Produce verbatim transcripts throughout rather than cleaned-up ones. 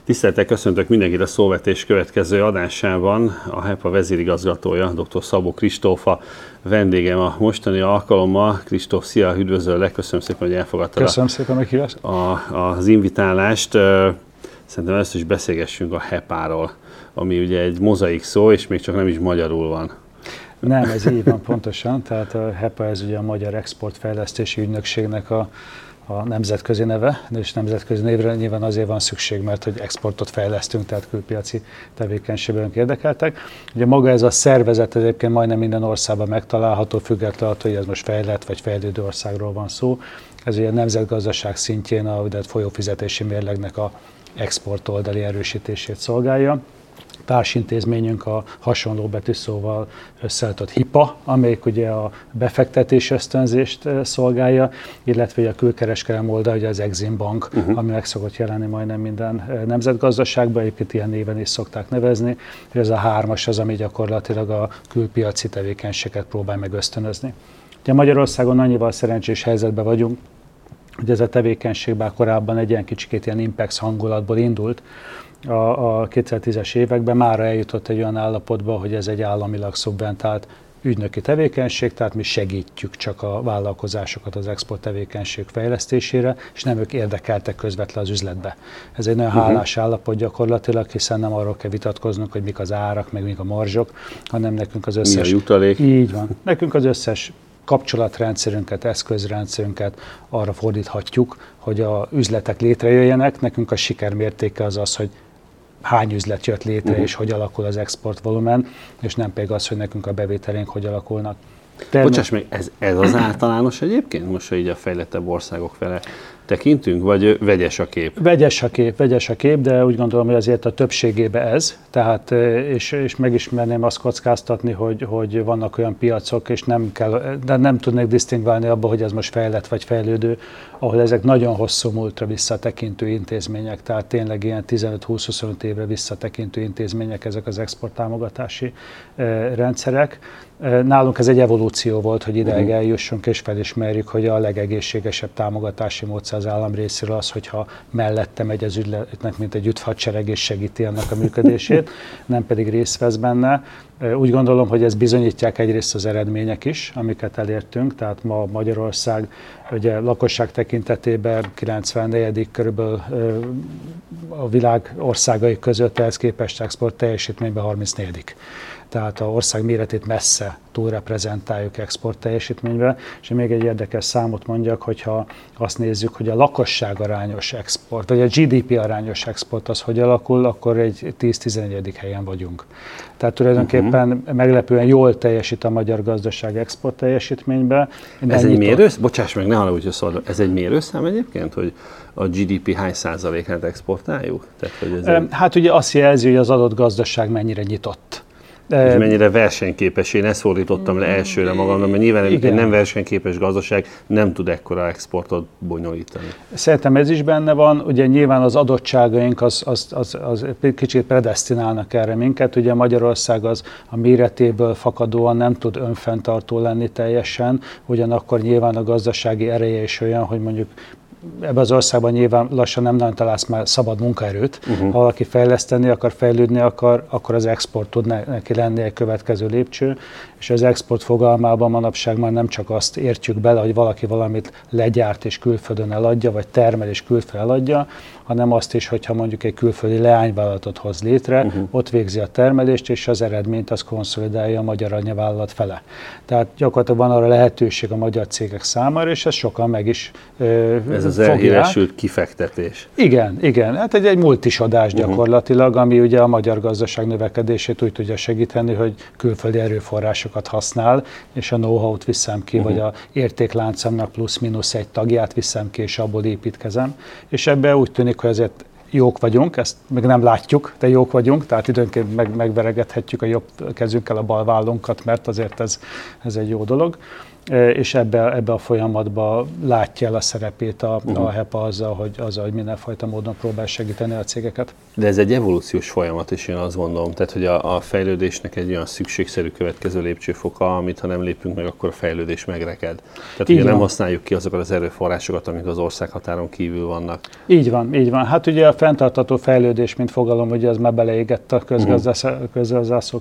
Tiszteltek, köszöntök mindenkit a Szóvetés következő adásában. A HEPA vezérigazgatója, dr. Szabó Kristóf a vendégem a mostani alkalommal. Kristóf, szia, üdvözöllek, köszönöm szépen, hogy elfogadtad Köszönöm szépen a meghívást. A, az invitálást. Szerintem ezt is beszélgessünk a HEPA-ról, ami ugye egy mozaik szó, és még csak nem is magyarul van. Nem, ez így van pontosan. Tehát a HEPA ez ugye a Magyar Exportfejlesztési Ügynökségnek a a nemzetközi neve, és nemzetközi névre nyilván azért van szükség, mert hogy exportot fejlesztünk, tehát külpiaci tevékenységben érdekeltek. Ugye maga ez a szervezet egyébként majdnem minden országban megtalálható, függetlenül attól, hogy ez most fejlett vagy fejlődő országról van szó. Ez ugye a nemzetgazdaság szintjén a folyófizetési mérlegnek a export oldali erősítését szolgálja. Társintézményünk a hasonló betűszóval összeállított HIPA, amelyik ugye a befektetés ösztönzést szolgálja, illetve a külkereskedelem oldal, ugye az Exim Bank, uh-huh. ami meg szokott jelenni majdnem minden nemzetgazdaságban, egyébként ilyen néven is szokták nevezni. Ez a hármas az, ami gyakorlatilag a külpiaci tevékenységet próbál meg ösztönözni. Ugye Magyarországon annyival szerencsés helyzetben vagyunk, hogy ez a tevékenység bár korábban egy ilyen kicsikét ilyen Impex hangulatból indult, a, a kétezer-tízes években mára eljutott egy olyan állapotba, hogy ez egy államilag szubventált ügynöki tevékenység, tehát mi segítjük csak a vállalkozásokat az export tevékenység fejlesztésére, és nem ők érdekeltek közvetlen az üzletbe. Ez egy nagyon uh-huh. hálás állapot gyakorlatilag, hiszen nem arról kell vitatkoznunk, hogy mik az árak, meg mik a marzsok, hanem nekünk az összes... Mi a jutalék? Így van. Nekünk az összes kapcsolatrendszerünket, eszközrendszerünket arra fordíthatjuk, hogy a üzletek létrejöjjenek. Nekünk a sikermértéke az az, hogy hány üzlet jött létre, uh-huh. és hogy alakul az exportvolumen, és nem pedig az, hogy nekünk a bevételénk hogy alakulnak. Bocsáss meg, ez, ez az általános egyébként? Most, hogy így a fejlettebb országok fele tekintünk, vagy vegyes a kép? Vegyes a kép, vegyes a kép, de úgy gondolom, hogy azért a többségében ez, tehát, és, és megismerném azt kockáztatni, hogy, hogy vannak olyan piacok, és nem kell, de nem tudnék disztingválni abba, hogy ez most fejlett vagy fejlődő, ahol ezek nagyon hosszú múltra visszatekintő intézmények, tehát tényleg ilyen tizenöt-húsz-huszonöt évre visszatekintő intézmények ezek az exporttámogatási rendszerek. Nálunk ez egy evolúció volt, hogy ideig eljussunk és felismerjük, hogy a legegészségesebb támogatási módszer az állam részéről az, hogyha mellette megy az ügyletnek, mint egy üdvhadsereg és segíti annak a működését, nem pedig részt vesz benne. Úgy gondolom, hogy ezt bizonyítják egyrészt az eredmények is, amiket elértünk, tehát ma Magyarország ugye lakosság tekintetében kilencvennegyedik körülbelül a világ országai között, ehhez képest export teljesítményben harmincnegyedik Tehát az ország méretét messze túlreprezentáljuk export teljesítményben. És még egy érdekes számot mondjak, hogyha azt nézzük, hogy a lakosság arányos export, vagy a gé dé pé arányos export az hogy alakul, akkor egy tíz-tizenegyedik helyen vagyunk. Tehát tulajdonképpen uh-huh. meglepően jól teljesít a magyar gazdaság export teljesítményben. Ez egy mérőszám? Bocsáss meg, ne haragudj, hogy szólom. Ez egy mérőszám egyébként, hogy a gé dé pé hány százalékát exportáljuk? Tehát, hogy ez egy... Hát ugye azt jelzi, hogy az adott gazdaság mennyire nyitott. És mennyire versenyképes, én ezt fordítottam le elsőre magamnak, mert nyilván igen. egy nem versenyképes gazdaság nem tud ekkora exportot bonyolítani. Szerintem ez is benne van, ugye nyilván az adottságaink az, az, az, az kicsit predesztinálnak erre minket, ugye Magyarország az a méretéből fakadóan nem tud önfenntartó lenni teljesen, ugyanakkor nyilván a gazdasági ereje is olyan, hogy mondjuk ebben az országban nyilván lassan nem nagyon találsz már szabad munkaerőt. Uh-huh. Ha valaki fejleszteni akar, fejlődni akar, akkor az export tud neki lenni egy következő lépcső, és az export fogalmában manapság már nem csak azt értjük bele, hogy valaki valamit legyárt és külföldön eladja, vagy termel és külföldön eladja, hanem azt is, hogyha mondjuk egy külföldi leányvállalatot hoz létre, uh-huh. ott végzi a termelést, és az eredményt az konszolidálja a magyar anyavállalat fele. Tehát gyakorlatilag van arra lehetőség a magyar cégek számára, és ezt sokan meg is ö, Ez az elhíresült kifektetés. Igen, igen. Hát egy, egy multisodás gyakorlatilag, uh-huh. ami ugye a magyar gazdaság növekedését úgy tudja segíteni, hogy külföldi erőforrásokat használ, és a know-how-t viszem ki, uh-huh. vagy a értékláncomnak plusz-minusz egy tagját viszem ki, és abból építkezem. És ebben úgy tűnik, hogy ezért jók vagyunk, ezt még nem látjuk, de jók vagyunk, tehát időnként meg, megveregethetjük a jobb kezünkkel a bal vállunkat, mert azért ez, ez egy jó dolog. és ebbe, ebbe a folyamatba látja el a szerepét a, uh-huh. a HEPA azzal, hogy, azzal, hogy mindenfajta módon próbál segíteni a cégeket. De ez egy evolúciós folyamat is, én azt gondolom, tehát hogy a, a fejlődésnek egy olyan szükségszerű következő lépcsőfoka, amit ha nem lépünk meg, akkor a fejlődés megreked. Tehát ugye nem használjuk ki azokat az erőforrásokat, amik az országhatáron kívül vannak. Így van, így van. Hát ugye a fenntartható fejlődés, mint fogalom, ugye az már beleégett a közgazdászok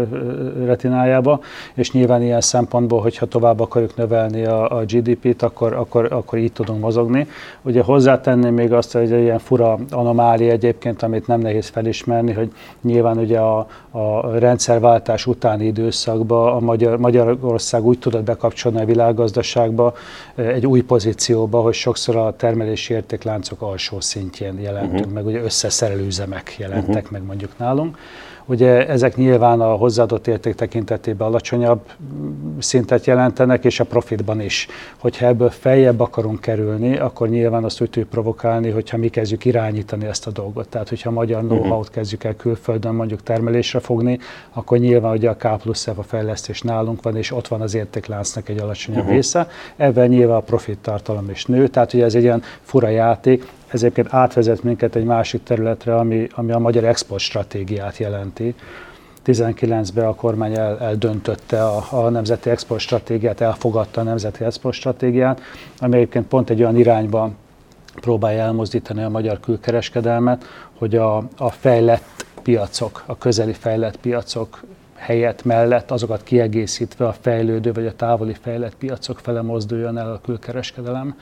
retinájába, és nyilván ilyen szempontból, hogyha tovább akarjuk növelni a, a gé dé pét, akkor, akkor, akkor így tudunk mozogni. Ugye hozzátenném még azt, hogy egy ilyen fura anomália egyébként, amit nem nehéz felismerni, hogy nyilván ugye a, a rendszerváltás utáni időszakban a Magyar, Magyarország úgy tudott bekapcsolni a világgazdaságba egy új pozícióba, hogy sokszor a termelési értékláncok alsó szintjén jelentünk, uh-huh. meg ugye összeszerelő üzemek jelentek uh-huh. meg mondjuk nálunk. Ugye ezek nyilván a hozzáadott érték tekintetében alacsonyabb szintet jelentenek, és a profitban is. Hogyha ebből feljebb akarunk kerülni, akkor nyilván azt úgy tudjuk provokálni, hogyha mi kezdjük irányítani ezt a dolgot. Tehát, hogyha a magyar know-how-t kezdjük el külföldön mondjuk termelésre fogni, akkor nyilván ugye a K plusz F a fejlesztés nálunk van, és ott van az értékláncnak egy alacsonyabb uh-huh. része. Ebben nyilván a profit tartalom is nő, tehát ugye ez egy ilyen fura játék. Ez egyébként átvezet minket egy másik területre, ami, ami a magyar export stratégiát jelenti. tizenkilencben a kormány el, eldöntötte a, a nemzeti export stratégiát, elfogadta a nemzeti export stratégiát, ami egyébként pont egy olyan irányba próbálja elmozdítani a magyar külkereskedelmet, hogy a, a fejlett piacok, a közeli fejlett piacok helyett mellett azokat kiegészítve a fejlődő vagy a távoli fejlett piacok fele mozduljon el a külkereskedelem.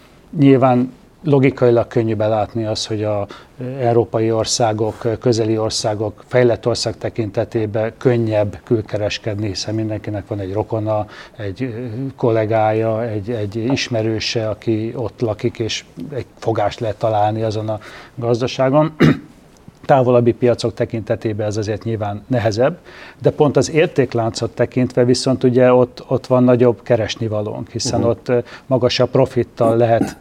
Nyilván logikailag könnyű belátni az, hogy az európai országok, közeli országok, fejlett ország tekintetében könnyebb külkereskedni, hiszen mindenkinek van egy rokona, egy kollégája, egy, egy ismerőse, aki ott lakik, és egy fogást lehet találni azon a gazdaságon. Távolabbi piacok tekintetében ez azért nyilván nehezebb, de pont az értékláncot tekintve viszont ugye ott, ott van nagyobb keresnivalónk, hiszen uh-huh. ott magasabb profittal lehet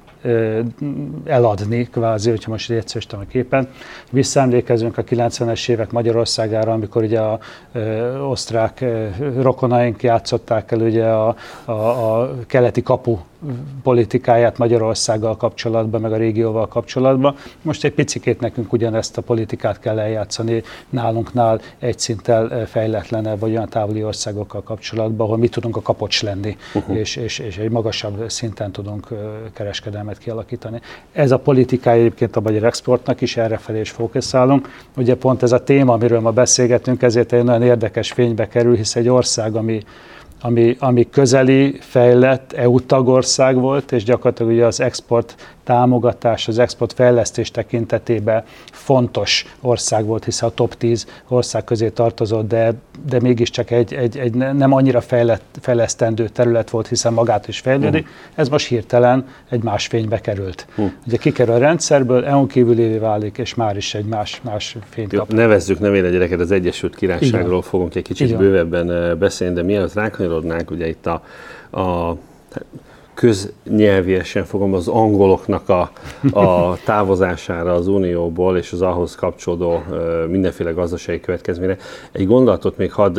eladni, kvázi, hogyha most egyszerűsítem a képen. Visszaemlékezünk a kilencvenes évek Magyarországára, amikor ugye a ö, osztrák ö, rokonaink játszották el ugye a, a, a keleti kapu politikáját Magyarországgal kapcsolatban, meg a régióval kapcsolatban. Most egy picikét nekünk ugyanezt a politikát kell eljátszani nálunknál egy szinttel fejletlenebb, vagy olyan távoli országokkal kapcsolatban, ahol mi tudunk a kapocs lenni, uh-huh. és, és, és egy magasabb szinten tudunk kereskedelmet kialakítani. Ez a politikája egyébként a magyar exportnak is, errefelé is fókuszálunk. Ugye pont ez a téma, amiről ma beszélgetünk, ezért egy nagyon érdekes fénybe kerül, hisz egy ország, ami Ami, ami közeli, fejlett é u tagország volt, és gyakorlatilag ugye az export támogatás, az export fejlesztés tekintetében fontos ország volt, hiszen a top tíz ország közé tartozott, de, de mégiscsak egy, egy, egy nem annyira fejlett, fejlesztendő terület volt, hiszen magát is fejlődik. Uh-huh. Ez most hirtelen egy más fénybe került. Uh-huh. Ugye kikerül a rendszerből, é u-n kívülévé válik, és már is egy más, más fényt kap. Nevezzük nevén a gyereket, az Egyesült Királyságról fogunk egy kicsit bővebben beszélni, de mielőtt rákanyarodnánk, ugye itt a, a köznyelviesen fogom az angoloknak a, a távozására az Unióból és az ahhoz kapcsolódó mindenféle gazdasági következményre. Egy gondolatot még hadd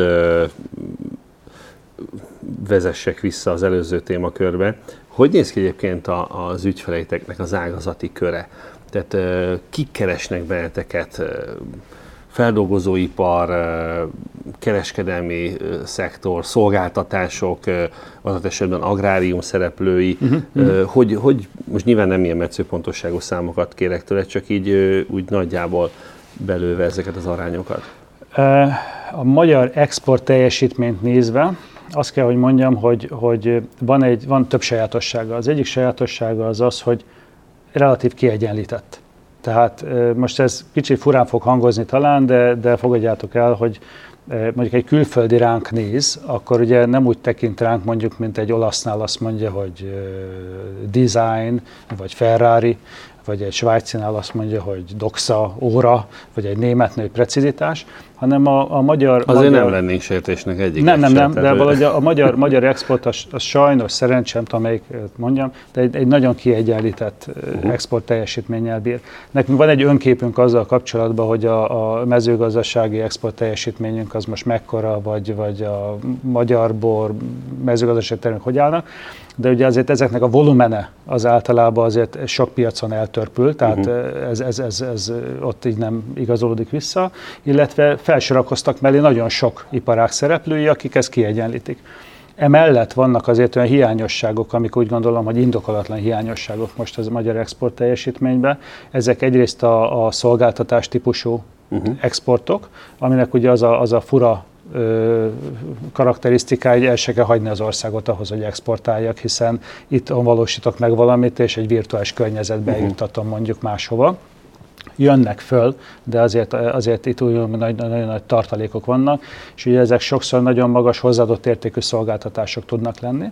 vezessek vissza az előző témakörbe. Hogy néz ki egyébként az ügyfeleiteknek az ágazati köre? Tehát kik keresnek benneteket? Feldolgozóipar, kereskedelmi szektor, szolgáltatások, adott esetben agrárium szereplői, uh-huh. hogy, hogy most nyilván nem ilyen metszőpontosságú számokat kérek tőle, csak így úgy nagyjából belőve ezeket az arányokat. A magyar export teljesítményt nézve azt kell, hogy mondjam, hogy, hogy van, egy, van több sajátossága. Az egyik sajátossága az az, hogy relatív kiegyenlített. Tehát most ez kicsit furán fog hangozni talán, de, de fogadjátok el, hogy mondjuk egy külföldi ránk néz, akkor ugye nem úgy tekint ránk mondjuk, mint egy olasznál azt mondja, hogy design, vagy Ferrari, vagy egy svájcinál azt mondja, hogy doxa óra, vagy egy németnél precizitás, hanem a, a magyar... Azért magyar... nem lennénk sértésnek egyik. Nem, nem, nem, de valahogy a, a magyar, magyar export az, az sajnos, szerencsém, tudom, melyik mondjam, de egy, egy nagyon kiegyenlített uh-huh. export teljesítménnyel bír. Nekünk van egy önképünk azzal kapcsolatban, hogy a, a mezőgazdasági export teljesítményünk az most mekkora, vagy, vagy a magyar bor, mezőgazdasági termék hogy állnak, de ugye azért ezeknek a volumene az általában azért sok piacon eltörpül, tehát uh-huh. ez, ez, ez, ez ott így nem igazolódik vissza, illetve felsorakoztak mellé nagyon sok iparág szereplői, akik ezt kiegyenlítik. Emellett vannak azért olyan hiányosságok, amik úgy gondolom, hogy indokolatlan hiányosságok most az magyar export teljesítményben. Ezek egyrészt a, a szolgáltatás típusú uh-huh. exportok, aminek ugye az a, az a fura ö, karakterisztikája, hogy el se kell hagyni az országot ahhoz, hogy exportáljak, hiszen itt valósítok meg valamit, és egy virtuális környezetbe uh-huh. juttatom mondjuk máshova. Jönnek föl, de azért, azért itt úgy nagyon, nagyon nagy tartalékok vannak, és ugye ezek sokszor nagyon magas hozzáadott értékű szolgáltatások tudnak lenni.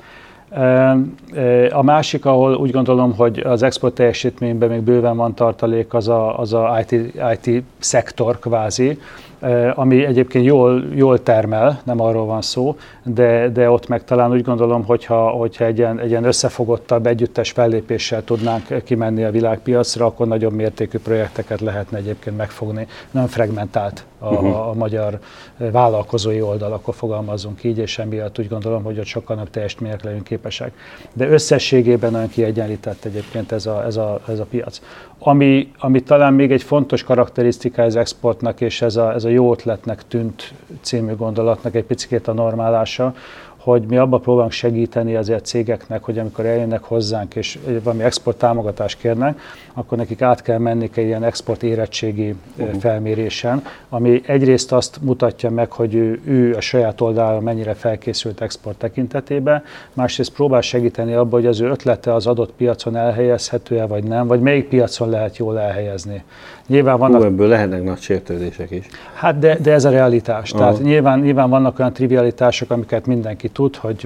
A másik, ahol úgy gondolom, hogy az export teljesítményben még bőven van tartalék, az a, az a i té, i té szektor kvázi, ami egyébként jól, jól termel, nem arról van szó, de, de ott meg talán úgy gondolom, hogyha, hogyha egy, ilyen, egy ilyen összefogottabb, együttes fellépéssel tudnánk kimenni a világpiacra, akkor nagyobb mértékű projekteket lehetne egyébként megfogni. Nem fragmentált a, uh-huh. a magyar vállalkozói oldal, akkor fogalmazzunk így, és emiatt úgy gondolom, hogy ott sokkal nagyobb teljesítmények legyünk képesek. De összességében nagyon kiegyenlített egyébként ez a, ez a, ez a piac. Ami, ami talán még egy fontos karakterisztika az exportnak, és ez a, ez a jó ötletnek tűnt című gondolatnak egy picit a normálása, hogy mi abban próbálunk segíteni azért cégeknek, hogy amikor eljönnek hozzánk és valami export támogatást kérnek, akkor nekik át kell menni egy ilyen export érettségi uh-huh. felmérésen, ami egyrészt azt mutatja meg, hogy ő, ő a saját oldalán mennyire felkészült export tekintetében, másrészt próbál segíteni abban, hogy az ő ötlete az adott piacon elhelyezhető-e vagy nem, vagy melyik piacon lehet jól elhelyezni. Nyilván vannak... Hú, ebből lehetnek nagy sértődések is. Hát de, de ez a realitás. Aha. Tehát nyilván, nyilván vannak olyan trivialitások, amiket mindenki tud, hogy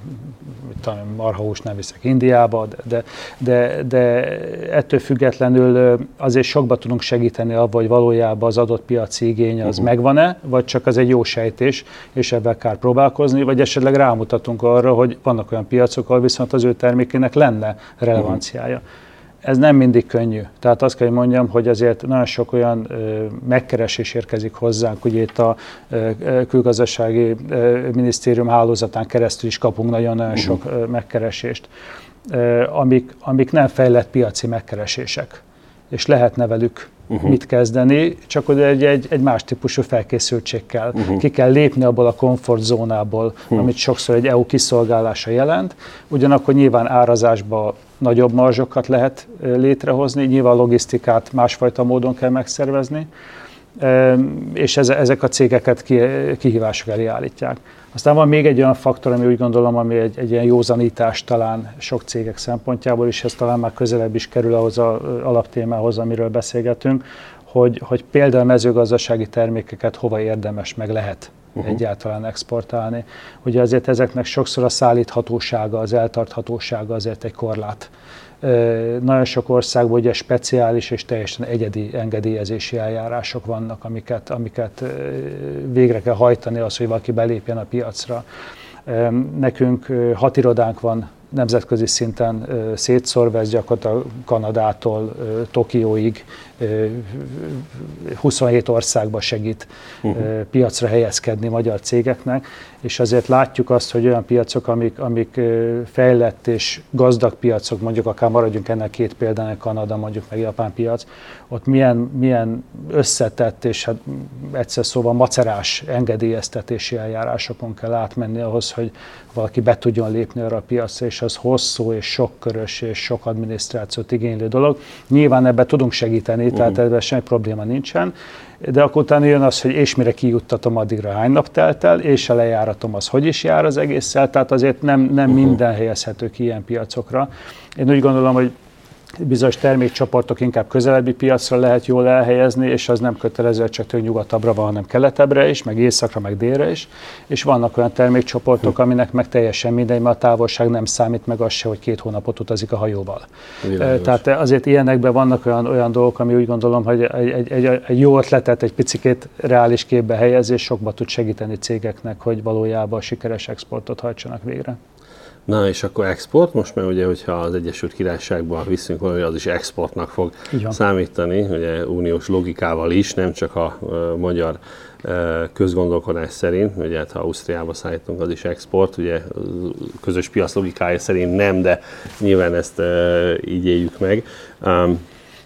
marhahúst nem viszek Indiába, de, de, de ettől függetlenül azért sokba tudunk segíteni abban, hogy valójában az adott piaci igény az uh-huh. megvan-e, vagy csak az egy jó sejtés, és ebben kár próbálkozni, vagy esetleg rámutatunk arra, hogy vannak olyan piacok, ahol viszont az ő termékének lenne relevanciája. Uh-huh. Ez nem mindig könnyű. Tehát azt kell, hogy mondjam, hogy azért nagyon sok olyan ö, megkeresés érkezik hozzánk, ugye itt a ö, külgazdasági ö, minisztérium hálózatán keresztül is kapunk nagyon-nagyon uh-huh. sok ö, megkeresést, ö, amik, amik nem fejlett piaci megkeresések, és lehetne velük uh-huh. mit kezdeni, csak hogy egy, egy, egy más típusú felkészültség kell. Uh-huh. Ki kell lépni abból a komfortzónából, uh-huh. amit sokszor egy é u kiszolgálása jelent, ugyanakkor nyilván árazásba nagyobb marzsokat lehet létrehozni, nyilván a logisztikát másfajta módon kell megszervezni, és ezek a cégeket kihívások elé állítják. Aztán van még egy olyan faktor, ami úgy gondolom, ami egy, egy ilyen józanítás talán sok cégek szempontjából is, ez talán már közelebb is kerül ahhoz az alaptémához, amiről beszélgetünk, hogy, hogy például mezőgazdasági termékeket hova érdemes meg lehet uh-huh. egyáltalán exportálni. Ugye azért ezeknek sokszor a szállíthatósága, az eltarthatósága azért egy korlát. Nagyon sok országban ugye speciális és teljesen egyedi engedélyezési eljárások vannak, amiket, amiket végre kell hajtani az, hogy valaki belépjen a piacra. Nekünk hat irodánk van nemzetközi szinten szétszórva, ez gyakorlatilag Kanadától Tokióig huszonhét országba segít uh-huh. piacra helyezkedni magyar cégeknek, és azért látjuk azt, hogy olyan piacok, amik, amik fejlett és gazdag piacok, mondjuk akár maradjunk ennek két példának, Kanada, mondjuk meg Japán piac, ott milyen, milyen összetett és hát egyszer szóval macerás engedélyeztetési eljárásokon kell átmenni ahhoz, hogy valaki be tudjon lépni arra a piacra, és az hosszú és sokkörös és sok adminisztrációt igénylő dolog. Nyilván ebben tudunk segíteni, uh-huh. tehát ebben semmi probléma nincsen, de akkor utána jön az, hogy és mire kijuttatom addigra hány nap telt el, és a lejáratom az hogy is jár az egésszel, tehát azért nem, nem uh-huh. minden helyezhető ki ilyen piacokra. Én úgy gondolom, hogy bizonyos termékcsoportok inkább közelebbi piacra lehet jól elhelyezni, és az nem kötelező, hogy csak nyugatabbra van, hanem keletebbre is, meg északra, meg délre is. És vannak olyan termékcsoportok, aminek meg teljesen mindegy, mert a távolság nem számít, meg az se, hogy két hónapot utazik a hajóval. Világos. Tehát azért ilyenekben vannak olyan, olyan dolgok, ami úgy gondolom, hogy egy, egy, egy, egy jó ötletet, egy picikét reális képbe helyezés sokba tud segíteni cégeknek, hogy valójában sikeres exportot hajtsanak végre. Na és akkor export, most már ugye, hogyha az Egyesült Királyságban viszünk valami, az is exportnak fog számítani, ugye uniós logikával is, nem csak a uh, magyar uh, közgondolkodás szerint, ugye hát ha Ausztriába szállítunk, az is export, ugye közös piac logikája szerint nem, de nyilván ezt uh, így éljük meg. Um,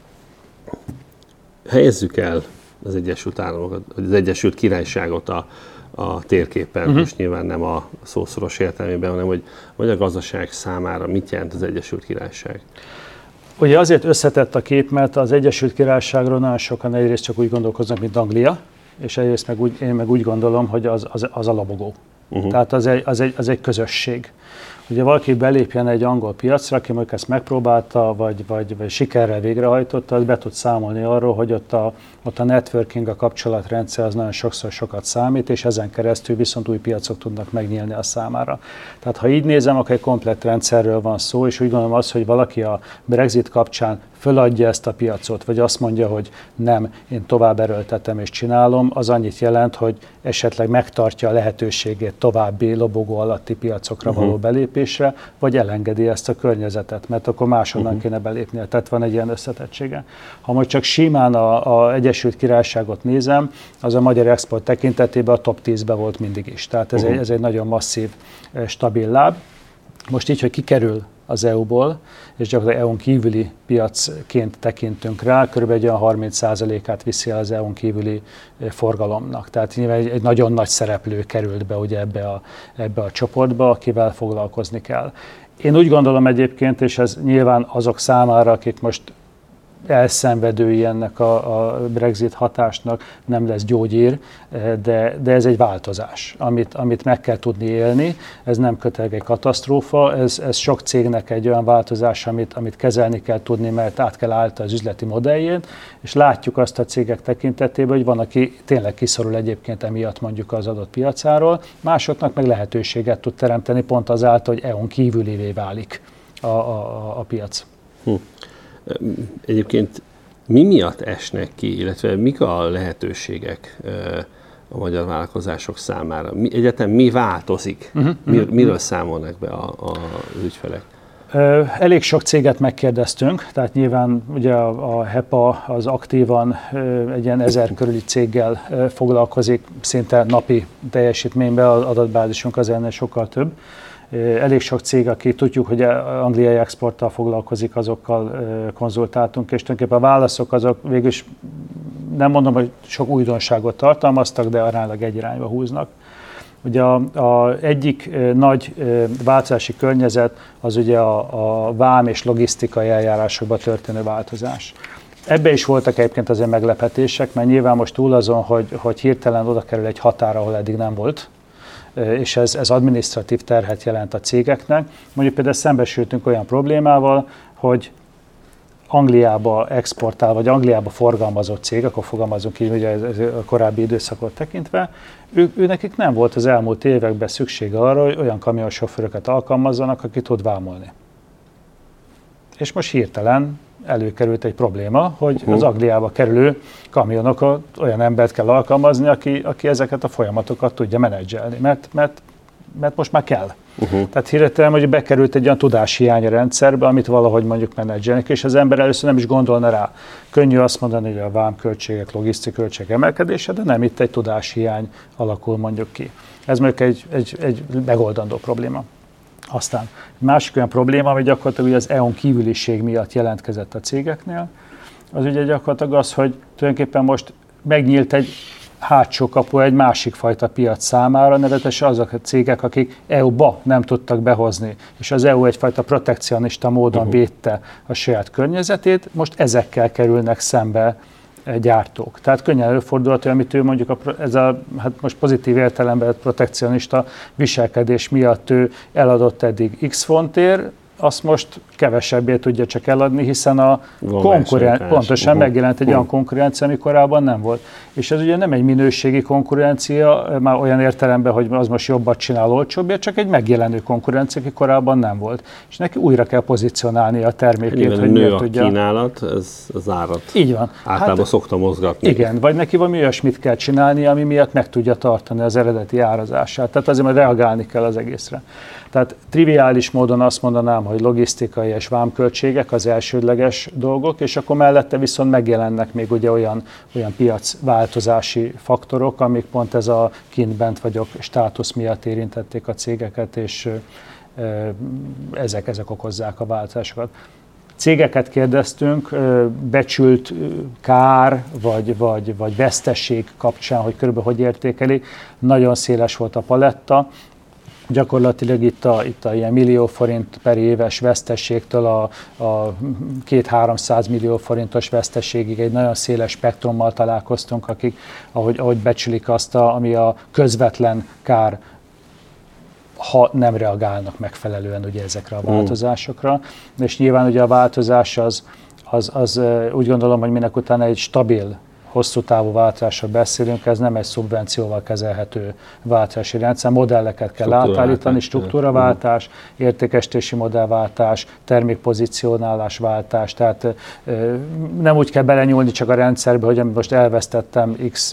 helyezzük el az Egyesült Államokat, az Egyesült Királyságot a a térképen, uh-huh. most nyilván nem a szószoros értelmében, hanem hogy, hogy a gazdaság számára mit jelent az Egyesült Királyság? Ugye azért összetett a kép, mert az Egyesült Királyságról nagyon sokan egyrészt csak úgy gondolkoznak, mint Anglia, és egyrészt meg úgy, én meg úgy gondolom, hogy az, az, az a labogó. Uh-huh. Tehát az egy, az, egy, az egy közösség. Ugye valaki belépjen egy angol piacra, aki mondjuk ezt megpróbálta, vagy, vagy, vagy sikerrel végrehajtotta, az be tud számolni arról, hogy ott a, ott a networking, a kapcsolatrendszer az nagyon sokszor sokat számít, és ezen keresztül viszont új piacok tudnak megnyílni a számára. Tehát ha így nézem, akkor egy komplett rendszerről van szó, és úgy gondolom az, hogy valaki a Brexit kapcsán föladja ezt a piacot, vagy azt mondja, hogy nem, én tovább erőltetem és csinálom, az annyit jelent, hogy esetleg megtartja a lehetőségét további lobogó alatti piacokra uh-huh. való belépésre, vagy elengedi ezt a környezetet, mert akkor máshonnan uh-huh. kéne belépnie. Tehát van egy ilyen összetettsége. Ha most csak simán a, a Egyesült Királyságot nézem, az a magyar export tekintetében a top tízben volt mindig is. Tehát ez, uh-huh. egy, ez egy nagyon masszív, stabil láb. Most így, hogy kikerül az é u-ból, és gyakorlatilag é u-n kívüli piacként tekintünk rá, kb. Egy olyan harminc százalékát viszi el az é u-n kívüli forgalomnak. Tehát nyilván egy, egy nagyon nagy szereplő került be ugye ebbe a, ebbe a csoportba, akivel foglalkozni kell. Én úgy gondolom egyébként, és ez nyilván azok számára, akik most elszenvedői ennek a, a Brexit hatásnak nem lesz gyógyír, de, de ez egy változás, amit, amit meg kell tudni élni. Ez nem köteleg egy katasztrófa, ez, ez sok cégnek egy olyan változás, amit, amit kezelni kell tudni, mert át kell állta az üzleti modelljét, és látjuk azt a cégek tekintetében, hogy van, aki tényleg kiszorul egyébként emiatt mondjuk az adott piacáról, másoknak meg lehetőséget tud teremteni pont azáltal, hogy é u-n kívülivé válik a, a, a piac. Hm. Egyébként mi miatt esnek ki, illetve mik a lehetőségek a magyar vállalkozások számára? Mi, egyetem mi változik? Uh-huh, Mir, uh-huh. Miről számolnak be a, a, az ügyfelek? Elég sok céget megkérdeztünk, tehát nyilván ugye a, a HEPA az aktívan egy ilyen ezer körüli céggel foglalkozik, szinte napi teljesítményben, az adatbázisunk az ennél sokkal több. Elég sok cég, aki tudjuk, hogy angliai exporttal foglalkozik, azokkal konzultáltunk, és tulajdonképpen a válaszok azok végülis nem mondom, hogy sok újdonságot tartalmaztak, de aránylag egy irányba húznak. Ugye a, a egyik nagy változási környezet az ugye a, a vám és logisztikai eljárásokban történő változás. Ebbe is voltak egyébként azért meglepetések, mert nyilván most túl azon, hogy, hogy hirtelen oda kerül egy határ, ahol eddig nem volt, és ez, ez adminisztratív terhet jelent a cégeknek. Mondjuk például szembesültünk olyan problémával, hogy Angliába exportál, vagy Angliába forgalmazott cég, akkor fogalmazunk így, ugye a korábbi időszakot tekintve, ő, ő nekik nem volt az elmúlt években szüksége arra, hogy olyan kamionsofőröket alkalmazzanak, aki tud vámolni. És most hirtelen előkerült egy probléma, hogy uh-huh. az Angliába kerülő kamionokat olyan embert kell alkalmazni, aki, aki ezeket a folyamatokat tudja menedzselni, mert, mert, mert most már kell. Uh-huh. Tehát hirtelen, hogy bekerült egy olyan tudáshiány a rendszerbe, amit valahogy mondjuk menedzselnek, és az ember először nem is gondolna rá. Könnyű azt mondani, hogy a vámköltségek, logisztikai költségek emelkedése, de nem, itt egy tudáshiány alakul mondjuk ki. Ez mondjuk egy, egy, egy megoldandó probléma. Aztán másik olyan probléma, ami gyakorlatilag az é u-n kívüliség miatt jelentkezett a cégeknél, az ugye gyakorlatilag az, hogy tulajdonképpen most megnyílt egy hátsó kapu egy másik fajta piac számára, nevetesen azok a cégek, akik é u-ba nem tudtak behozni, és az é u egyfajta protekcionista módon uh-huh. védte a saját környezetét, most ezekkel kerülnek szembe gyártók. Tehát könnyen előfordulhat, hogy amit ő mondjuk a, ez a hát most pozitív értelemben protekcionista viselkedés miatt ő eladott eddig X fontért, azt most kevesebbé tudja csak eladni, hiszen a konkurencia, pontosan uh-huh. megjelent egy uh-huh. olyan konkurencia, ami korábban nem volt. És ez ugye nem egy minőségi konkurencia, már olyan értelemben, hogy az most jobbat csinál, olcsóbbért, csak egy megjelenő konkurencia, aki korábban nem volt. És neki újra kell pozícionálni a termékét, hogy nő a tudja. kínálat, ez az árat. Így van. Általában hát, szokta mozgatni. Igen, vagy neki valami olyasmit kell csinálni, ami miatt meg tudja tartani az eredeti árazását. Tehát azért majd reagálni kell az egészre. Tehát triviális módon azt mondanám, hogy logisztikai és vámköltségek az elsődleges dolgok, és akkor mellette viszont megjelennek még ugye olyan, olyan piacváltozási faktorok, amik pont ez a kint-bent vagyok státusz miatt érintették a cégeket, és ezek, ezek okozzák a változásokat. Cégeket kérdeztünk, becsült kár vagy, vagy, vagy veszteség kapcsán, hogy körülbelül hogy értékelik. Nagyon széles volt a paletta. Gyakorlatilag itt a, itt a ilyen millió forint per éves veszteségtől a, a két-háromszáz millió forintos veszteségig egy nagyon széles spektrummal találkoztunk, akik, ahogy, ahogy becsülik azt, a, ami a közvetlen kár, ha nem reagálnak megfelelően ugye ezekre a változásokra. Mm. És nyilván ugye a változás az, az, az úgy gondolom, hogy minek utána egy stabil, hosszú távú változásról beszélünk, ez nem egy szubvencióval kezelhető változási rendszer, modelleket kell átállítani, struktúraváltás, értékesítési modellváltás, termékpozicionálásváltás, tehát nem úgy kell belenyúlni csak a rendszerbe, hogy most elvesztettem x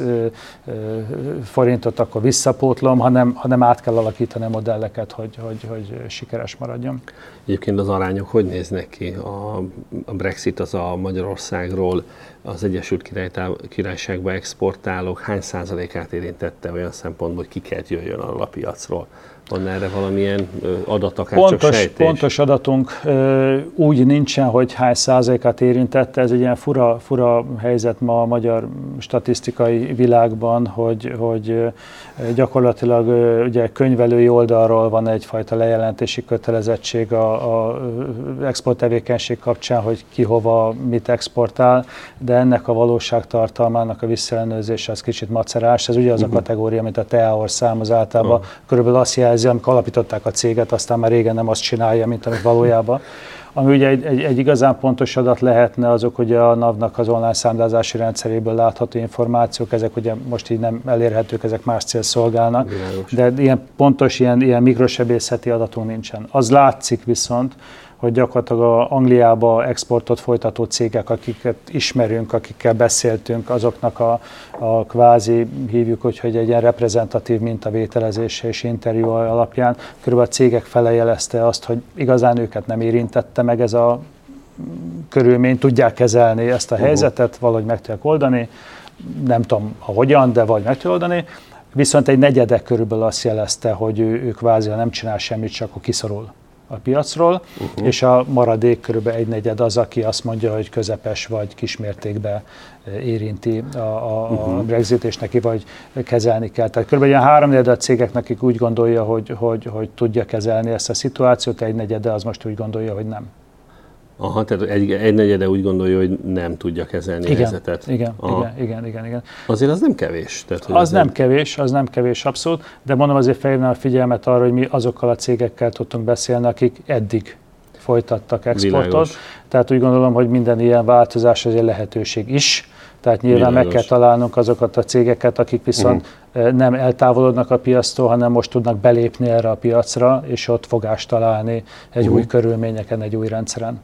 forintot, akkor visszapótlom, hanem, hanem át kell alakítani a modelleket, hogy, hogy, hogy sikeres maradjon. Egyébként az arányok hogy néznek ki? A, a Brexit az a Magyarországról az Egyesült Királyságba exportálók hány százalékát érintette olyan szempontból, hogy ki kellett jöjjön arról a piacról? Van erre valamilyen adat, akár pontos, csak sejtés? Pontos adatunk úgy nincsen, hogy hány százalékát érintette. Ez egy ilyen fura, fura helyzet ma a magyar statisztikai világban, hogy, hogy gyakorlatilag ugye könyvelői oldalról van egyfajta lejelentési kötelezettség a, a export tevékenység kapcsán, hogy ki hova mit exportál, de ennek a valóságtartalmának a visszaellenőrzése az kicsit macerás. Ez ugye az a kategória, mint a té á o számhoz általában. Uh-huh. Körülbelül azt jelzi, amikor alapították a céget, aztán már régen nem azt csinálja, mint amit valójában. Ami ugye egy, egy, egy igazán pontos adat lehetne azok, hogy a NAV-nak az online számlázási rendszeréből látható információk, ezek ugye most így nem elérhetők, ezek más cél szolgálnak, de ilyen pontos, ilyen, ilyen mikrosebészeti adatunk nincsen. Az látszik viszont, hogy gyakorlatilag a Angliába exportot folytató cégek, akiket ismerünk, akikkel beszéltünk, azoknak a, a kvázi, hívjuk úgy, hogy egy ilyen reprezentatív mintavételezése és interjú alapján körülbelül a cégek fele jelezte azt, hogy igazán őket nem érintette meg ez a körülmény, tudják kezelni ezt a helyzetet, valahogy meg tudják oldani, nem tudom hogyan, de vagy meg tudják oldani. Viszont egy negyedek körülbelül azt jelezte, hogy ő, ő kvázi, ha nem csinál semmit, csak akkor kiszorul a piacról, uh-huh. és a maradék körülbelül egy negyed az, aki azt mondja, hogy közepes vagy kismértékben érinti a, a, uh-huh. a Brexit, és neki vagy kezelni kell. Tehát körülbelül ilyen háromnegyed a cégeknek, akik úgy gondolja, hogy, hogy, hogy tudja kezelni ezt a szituációt, egy negyede az most úgy gondolja, hogy nem. Aha, tehát egy, egy negyede úgy gondolja, hogy nem tudja kezelni igen, a helyzetet. Igen, igen, igen, igen, igen. Azért az nem kevés. Tehát, az nem kevés, az nem kevés abszolút, de mondom, azért felhívnám a figyelmet arra, hogy mi azokkal a cégekkel tudtunk beszélni, akik eddig folytattak exportot. Világos. Tehát úgy gondolom, hogy minden ilyen változás azért lehetőség is. Tehát nyilván Világos. Meg kell találnunk azokat a cégeket, akik viszont uh-huh. nem eltávolodnak a piactól, hanem most tudnak belépni erre a piacra, és ott fogást találni egy uh-huh. új körülményeken, egy új rendszeren.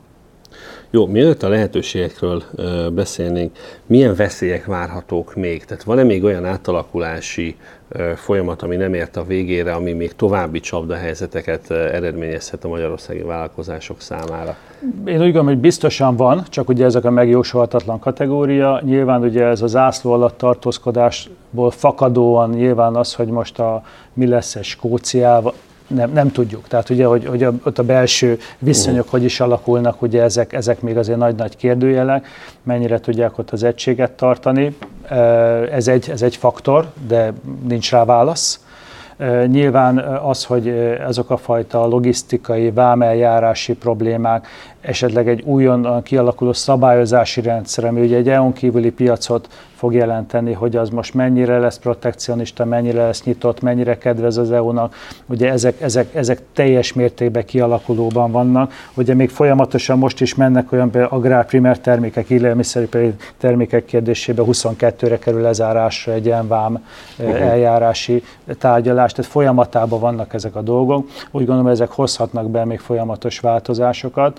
Jó, mielőtt a lehetőségekről ö, beszélnénk, milyen veszélyek várhatók még? Tehát van-e még olyan átalakulási ö, folyamat, ami nem ért a végére, ami még további csapdahelyzeteket ö, eredményezhet a magyarországi vállalkozások számára? Én úgy gondolom, hogy biztosan van, csak ugye ezek a megjósolhatatlan kategória. Nyilván ugye ez az zászló alatt tartózkodásból fakadóan nyilván az, hogy most a, mi lesz egy Skóciával, Nem, nem tudjuk. Tehát ugye, hogy, hogy a, ott a belső viszonyok uh-huh. hogy is alakulnak, ugye ezek, ezek még azért nagy-nagy kérdőjelek, mennyire tudják ott az egységet tartani. Ez egy, ez egy faktor, de nincs rá válasz. Nyilván az, hogy azok a fajta logisztikai, vámeljárási problémák, esetleg egy újonnan kialakuló szabályozási rendszer, ami ugye egy é u-n kívüli piacot fog jelenteni, hogy az most mennyire lesz protekcionista, mennyire lesz nyitott, mennyire kedvez az é u-nak. Ugye ezek, ezek, ezek teljes mértékben kialakulóban vannak. Ugye még folyamatosan most is mennek olyan agrárprimer termékek, élelmiszeripari termékek kérdésében huszonkettőre kerül lezárásra egy ilyen vám uh-huh. eljárási tárgyalás, tehát folyamatában vannak ezek a dolgok. Úgy gondolom, ezek hozhatnak be még folyamatos változásokat.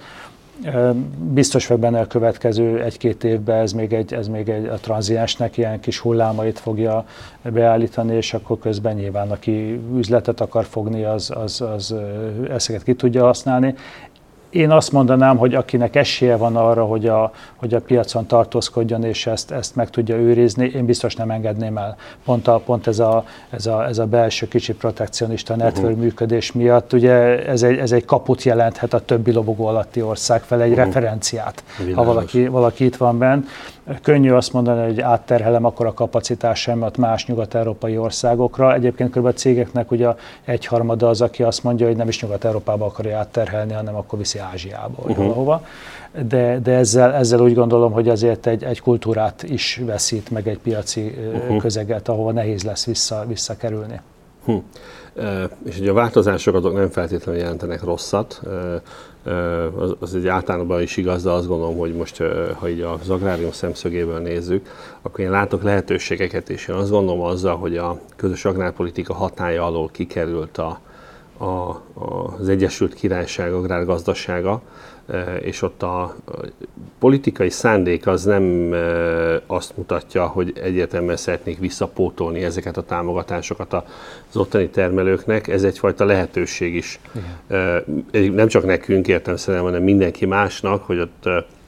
Biztos vagyok benne, a következő egy-két évben ez még egy, ez még egy a tranziensnek ilyen kis hullámait fogja beállítani, és akkor közben nyilván aki üzletet akar fogni, az, az, az ezeket ki tudja használni. Én azt mondanám, hogy akinek esélye van arra, hogy a, hogy a piacon tartózkodjon és ezt, ezt meg tudja őrizni, én biztos nem engedném el. Pont, a, pont ez, a, ez, a, ez a belső kicsi protekcionista network uh-huh. működés miatt, ugye ez egy, ez egy kaput jelenthet a többi lobogó alatti ország fel, egy uh-huh. referenciát, Világos. ha valaki, valaki itt van benn. Könnyű azt mondani, hogy átterhelem akkor a kapacitásomat más nyugat-európai országokra. Egyébként kb. A cégeknek ugye egyharmada az, aki azt mondja, hogy nem is Nyugat-Európába akarja átterhelni, hanem akkor viszi Ázsiába, vagy uh-huh. valahova. De, de ezzel, ezzel úgy gondolom, hogy azért egy, egy kultúrát is veszít, meg egy piaci uh-huh. közeget, ahova nehéz lesz vissza, visszakerülni. Hm. E, és ugye a változások azok nem feltétlenül jelentenek rosszat. E, az, az egy általában is igaz, de azt gondolom, hogy most, ha így az agrárium szemszögéből nézzük, akkor én látok lehetőségeket, és én azt gondolom azzal, hogy a közös agrárpolitika hatálya alól kikerült a, a, az Egyesült Királyság agrárgazdasága, és ott a politikai szándék az nem azt mutatja, hogy egyértelműen szeretnék visszapótolni ezeket a támogatásokat az ottani termelőknek, ez egyfajta lehetőség is. Igen. Nem csak nekünk értelemszerűen, hanem mindenki másnak, hogy ott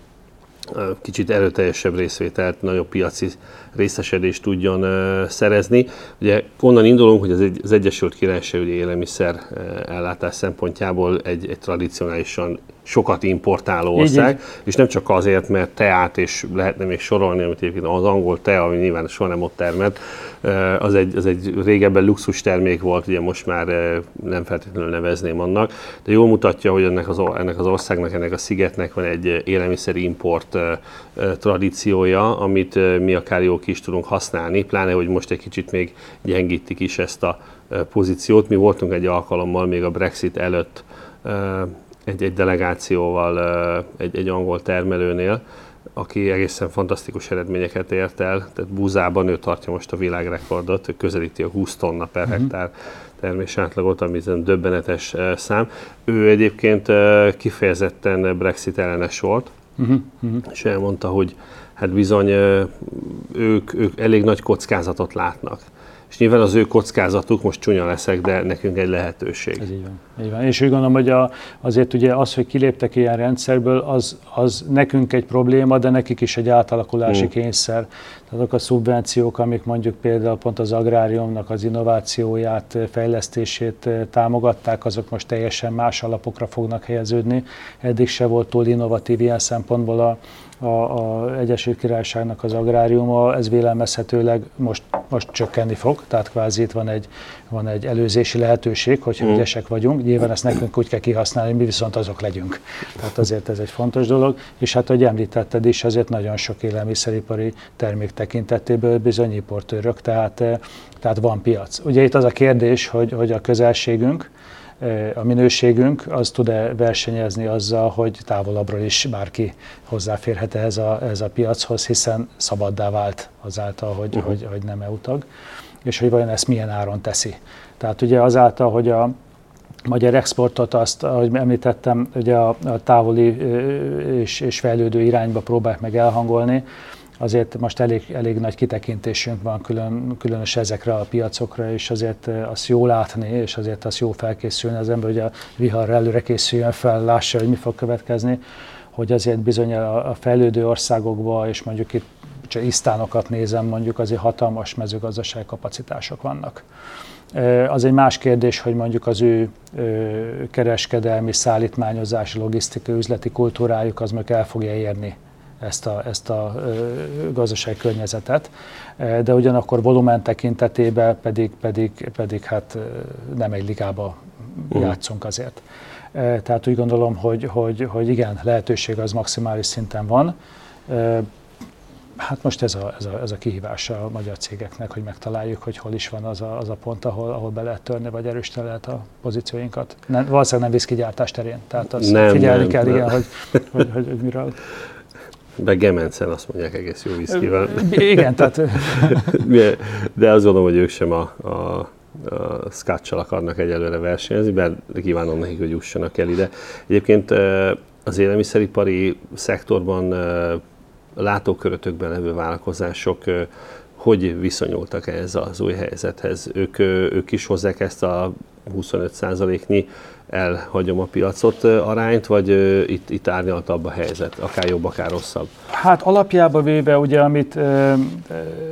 kicsit erőteljesebb részvételt, nagyobb piaci részesedést tudjon szerezni. Ugye onnan indulunk, hogy az, egy, az Egyesült Királyság ugye élelmiszer ellátás szempontjából egy, egy tradicionálisan sokat importáló ország, így, és nem csak azért, mert teát, és lehetne még sorolni, amit egyébként az angol tea, ami nyilván soha nem ott termelt, az egy, az egy régebben luxus termék volt, ugye most már nem feltétlenül nevezném annak, de jól mutatja, hogy ennek az, ennek az országnak, ennek a szigetnek van egy élelmiszeri import tradíciója, amit mi akár jól ki is tudunk használni, pláne, hogy most egy kicsit még gyengítik is ezt a pozíciót. Mi voltunk egy alkalommal még a Brexit előtt egy, egy delegációval egy, egy angol termelőnél, aki egészen fantasztikus eredményeket ért el, tehát búzában ő tartja most a világrekordot, ő közelíti a húsz tonna per hektár termés átlagot, ami döbbenetes szám. Ő egyébként kifejezetten Brexit ellenes volt, uh-huh. Uh-huh. és elmondta, hogy hát bizony ők, ők elég nagy kockázatot látnak. És nyilván az ő kockázatuk, most csúnya leszek, de nekünk egy lehetőség. Ez így van. Így van. És úgy gondolom, hogy a, azért ugye az, hogy kiléptek ilyen rendszerből, az, az nekünk egy probléma, de nekik is egy átalakulási mm. kényszer. Tehát azok a szubvenciók, amik mondjuk például pont az agráriumnak az innovációját, fejlesztését támogatták, azok most teljesen más alapokra fognak helyeződni. Eddig se volt túl innovatív ilyen szempontból a a, a Egyesült Királyságnak az agráriuma, ez vélelmezhetőleg most, most csökkenni fog, tehát kvázi itt van egy, van egy előzési lehetőség, hogyha mm. ügyesek vagyunk, nyilván ezt nekünk úgy kell kihasználni, mi viszont azok legyünk. Tehát azért ez egy fontos dolog, és hát, ahogy említetted is, azért nagyon sok élelmiszeripari termék tekintetéből bizony importőrök, tehát, tehát van piac. Ugye itt az a kérdés, hogy, hogy a közelségünk, a minőségünk az tud-e versenyezni azzal, hogy távolabbról is bárki hozzáférhet ehhez a, ehhez a piachoz, hiszen szabaddá vált azáltal, hogy, uh-huh. hogy, hogy nem é u tag, és hogy vajon ezt milyen áron teszi. Tehát ugye azáltal, hogy a magyar exportot azt, ahogy említettem, ugye a, a távoli és, és fejlődő irányba próbálják meg elhangolni, azért most elég, elég nagy kitekintésünk van külön, különös ezekre a piacokra, és azért azt jó látni, és azért azt jó felkészülni az ember, hogy a viharra előre készüljön fel, lássa, hogy mi fog következni, hogy azért bizony a, a fejlődő országokban, és mondjuk itt csak isztánokat nézem, mondjuk azért hatalmas mezőgazdasági kapacitások vannak. Az egy más kérdés, hogy mondjuk az ő kereskedelmi, szállítmányozási, logisztikai, üzleti kultúrájuk az meg el fogja érni ezt a, ezt a gazdasági környezetet, de ugyanakkor volumen tekintetében pedig, pedig, pedig hát nem egy ligába uh. játszunk azért. Tehát úgy gondolom, hogy, hogy, hogy igen, lehetőség az maximális szinten van. Hát most ez a, ez a, ez a kihívása a magyar cégeknek, hogy megtaláljuk, hogy hol is van az a, az a pont, ahol, ahol be lehet törni, vagy erősíteni lehet a pozícióinkat. Nem, valószínűleg nem viszkigyártás terén, tehát azt nem, figyelni nem, kell, nem. Igen, hogy, hogy, hogy, hogy, hogy miről. De Gemencen azt mondják egész jó viszkivel. Igen, tehát... De azt gondolom, hogy ők sem a, a, a Scotch-sal akarnak egyelőre versenyezni, bár kívánom nekik, hogy jussanak el ide. Egyébként az élelmiszeripari szektorban látókörötökben levő vállalkozások hogy viszonyultak ehhez az új helyzethez? Ők, ők is hozzák ezt a huszonöt százaléknyi elhagyom a piacot arányt, vagy itt, itt árnyaltabb a helyzet, akár jobb, akár rosszabb? Hát alapjában véve, ugye, amit ö, ö,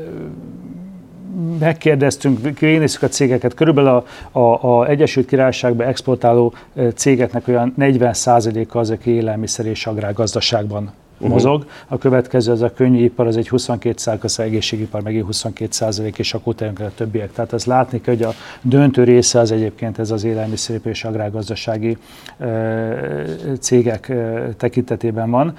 megkérdeztünk, kérdezzük a cégeket, körülbelül a, a, a Egyesült Királyságban exportáló cégeknek olyan negyven százaléka az, aki élelmiszer és agrárgazdaságban uh-huh. mozog. A következő az a könnyűipar, az egy huszonkét százalék, az egészségipar megint huszonkét százalék, és akkor utána a többiek. Tehát ezt látni kell, hogy a döntő része az egyébként ez az élelmiszeripar és agrárgazdasági cégek tekintetében van.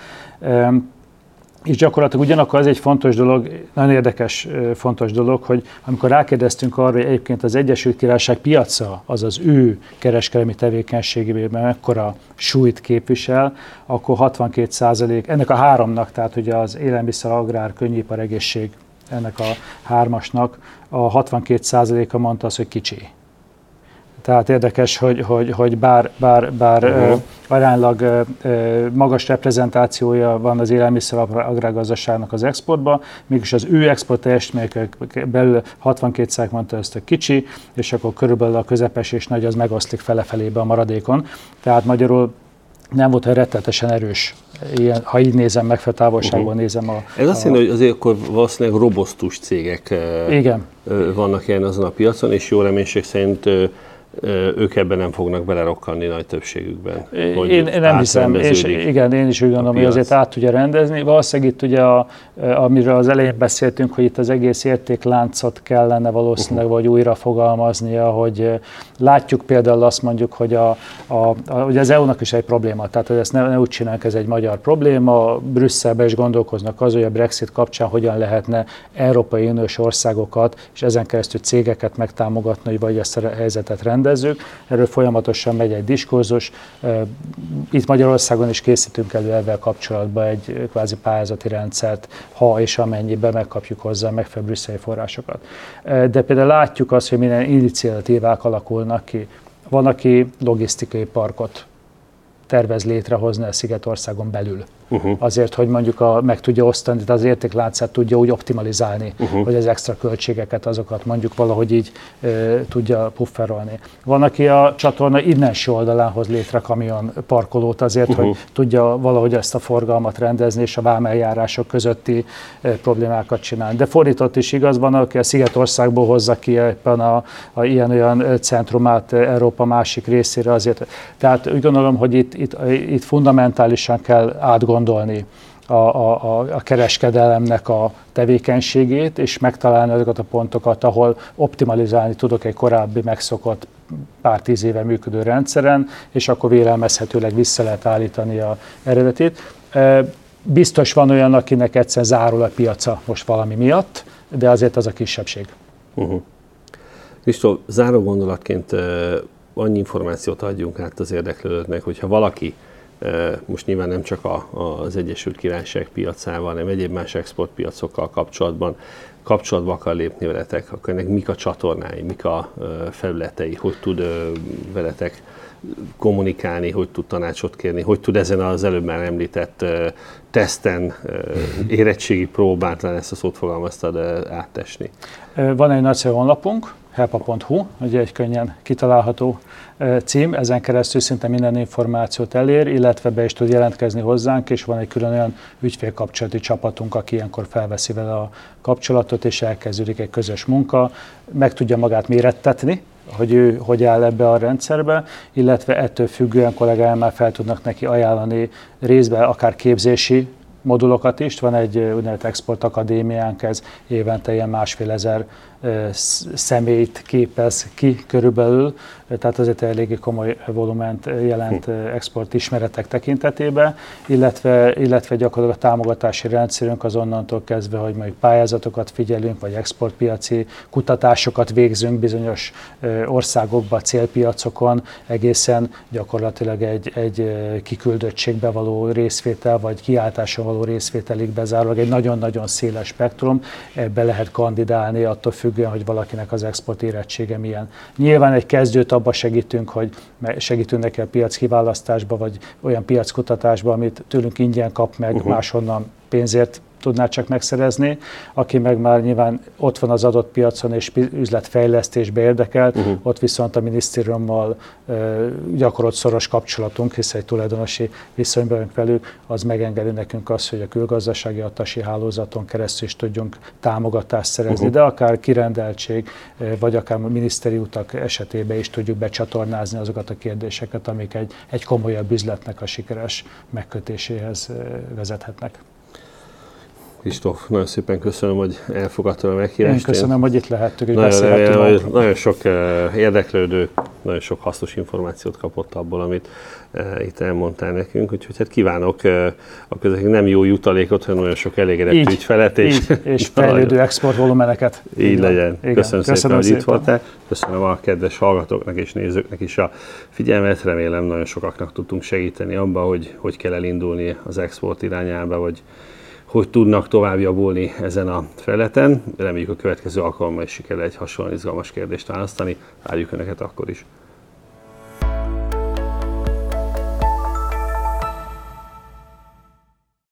És gyakorlatilag ugyanakkor az egy fontos dolog, nagyon érdekes, fontos dolog, hogy amikor rákérdeztünk arra, hogy egyébként az Egyesült Királyság piaca, az az ő kereskedelmi tevékenységében mekkora súlyt képvisel, akkor hatvankét százalék, ennek a háromnak, tehát ugye az élelmiszer, agrár, könnyűipar, egészség, ennek a hármasnak a hatvankét százaléka mondta azt, hogy kicsi. Tehát érdekes, hogy, hogy, hogy bár, bár, bár uh-huh. aránylag magas reprezentációja van az élelmiszer agrárgazdaságnak az exportban, mégis az ő export teljesítmények belül hatvankét százalék mondta ezt a kicsi, és akkor körülbelül a közepes és nagy az megoszlik fele-felébe a maradékon. Tehát magyarul nem volt, hogy rettenetesen erős. Ilyen, ha így nézem, megfelelő távolságban uh-huh. nézem a... Ez azt jelenti, hogy azért akkor valószínűleg robosztus cégek igen. vannak ilyen azon a piacon, és jó reménység szerint ők ebben nem fognak belerokkanni nagy többségükben. Én, én nem hiszem, és igen, én is úgy gondolom, hogy azért át tudja rendezni. Valószínűleg itt ugye, a, amiről az elején beszéltünk, hogy itt az egész értékláncot kellene valószínűleg vagy újra fogalmaznia, hogy látjuk például azt mondjuk, hogy a, a, a, ugye az é u-nak is egy probléma, tehát hogy ezt ne, ne úgy csinálják, ez egy magyar probléma, Brüsszelben is gondolkoznak az, hogy a Brexit kapcsán hogyan lehetne Európai Uniós országokat, és ezen keresztül cégeket megtámogatni, hogy vagy ezt a helyzetet rendezni. Erről folyamatosan megy egy diskurzus. Itt Magyarországon is készítünk elő ezzel kapcsolatban egy kvázi pályázati rendszert, ha és amennyiben megkapjuk hozzá megfelelő brüsszeli forrásokat. De például látjuk azt, hogy minden iniciatívák alakulnak ki. Van, aki logisztikai parkot tervez létrehozni a Szigetországon belül. Uh-huh. Azért, hogy mondjuk a, meg tudja osztani, tehát az értékláncát tudja úgy optimalizálni, uh-huh. hogy az extra költségeket, azokat mondjuk valahogy így e, tudja pufferolni. Van, aki a csatorna innenső oldalán hoz létre kamion parkolót azért, uh-huh. hogy tudja valahogy ezt a forgalmat rendezni, és a vámeljárások közötti e, problémákat csinálni. De fordított is igaz, van, aki a Szigetországból hozza ki éppen a, a ilyen-olyan centrumát Európa másik részére azért. Tehát úgy gondolom, hogy itt, itt, itt fundamentálisan kell átgondolni, gondolni a, a, a kereskedelemnek a tevékenységét, és megtalálni azokat a pontokat, ahol optimalizálni tudok egy korábbi megszokott pár tíz éve működő rendszeren, és akkor vélelmezhetőleg vissza lehet állítani az eredetét. Biztos van olyan, akinek egyszer zárul a piaca most valami miatt, de azért az a kisebbség. Uh-huh. Kristóf, záró gondolatként uh, annyi információt adjunk át az érdeklődőknek, hogyha valaki most nyilván nem csak a, az Egyesült Királyság piacával, hanem egyéb más exportpiacokkal kapcsolatban kapcsolatba akar lépni veletek, akkor ennek mik a csatornái, mik a felületei, hogy tud veletek kommunikálni, hogy tud tanácsot kérni, hogy tud ezen az előbb már említett teszten, érettségi próbán, talán ezt a szót fogalmaztad, áttesni. Van egy nagyszerű honlapunk, helpa pont hu, ugye egy könnyen kitalálható cím, ezen keresztül szinte minden információt elér, illetve be is tud jelentkezni hozzánk, és van egy külön olyan ügyfélkapcsolati csapatunk, aki ilyenkor felveszi vele a kapcsolatot, és elkezdődik egy közös munka, meg tudja magát mérettetni, hogy ő hogy áll ebbe a rendszerbe, illetve ettől függően kollégáim már fel tudnak neki ajánlani részben akár képzési modulokat is. Van egy úgynevezett export akadémiánk, ez évente ilyen másfél ezer személyt képez ki körülbelül, tehát azért eléggé komoly volument jelent export ismeretek tekintetében, illetve, illetve gyakorlatilag a támogatási rendszerünk az onnantól kezdve, hogy mondjuk pályázatokat figyelünk, vagy exportpiaci kutatásokat végzünk bizonyos országokban, célpiacokon, egészen gyakorlatilag egy, egy kiküldöttségbe való részvétel, vagy kiáltáson való részvételig bezárólag egy nagyon-nagyon széles spektrum, ebbe lehet kandidálni attól függően, hogy valakinek az export érettsége milyen. Nyilván egy kezdőt abba segítünk, hogy segítünk neki a piac kiválasztásba, vagy olyan piackutatásba, amit tőlünk ingyen kap meg, uh-huh. máshonnan pénzért tudná csak megszerezni, aki meg már nyilván ott van az adott piacon és üzletfejlesztésbe érdekelt, uh-huh. ott viszont a minisztériummal uh, gyakorolt szoros kapcsolatunk, hiszen egy tulajdonosi viszonyban vagyunk velük, az megengedi nekünk azt, hogy a külgazdasági attasi hálózaton keresztül is tudjunk támogatást szerezni, uh-huh. de akár kirendeltség, vagy akár a miniszteri utak esetében is tudjuk becsatornázni azokat a kérdéseket, amik egy, egy komolyabb üzletnek a sikeres megkötéséhez vezethetnek. Kristóf, nagyon szépen köszönöm, hogy elfogadtad a meghívást. Én köszönöm, hogy itt lehettük, és nagyon beszélhettünk. Nagyon, nagyon sok érdeklődő, nagyon sok hasznos információt kapott abból, amit itt elmondtál nekünk, úgyhogy hát kívánok a közöttünk nem jó jutalékot, hanem nagyon sok elégedett ügyfelet. És, és fejlődő exportvolumeneket. Így, így legyen. Igen. Köszönöm, Köszönöm szépen, hogy szépen. itt voltál. Köszönöm a kedves hallgatóknak és nézőknek is a figyelmet. Remélem nagyon sokaknak tudtunk segíteni abba, hogy hogy kell elindulni az export irányába, vagy hogy tudnak tovább javulni ezen a felületen. Reméljük a következő alkalommal is sikerül egy hasonlóan izgalmas kérdést választani. Várjuk Önöket akkor is.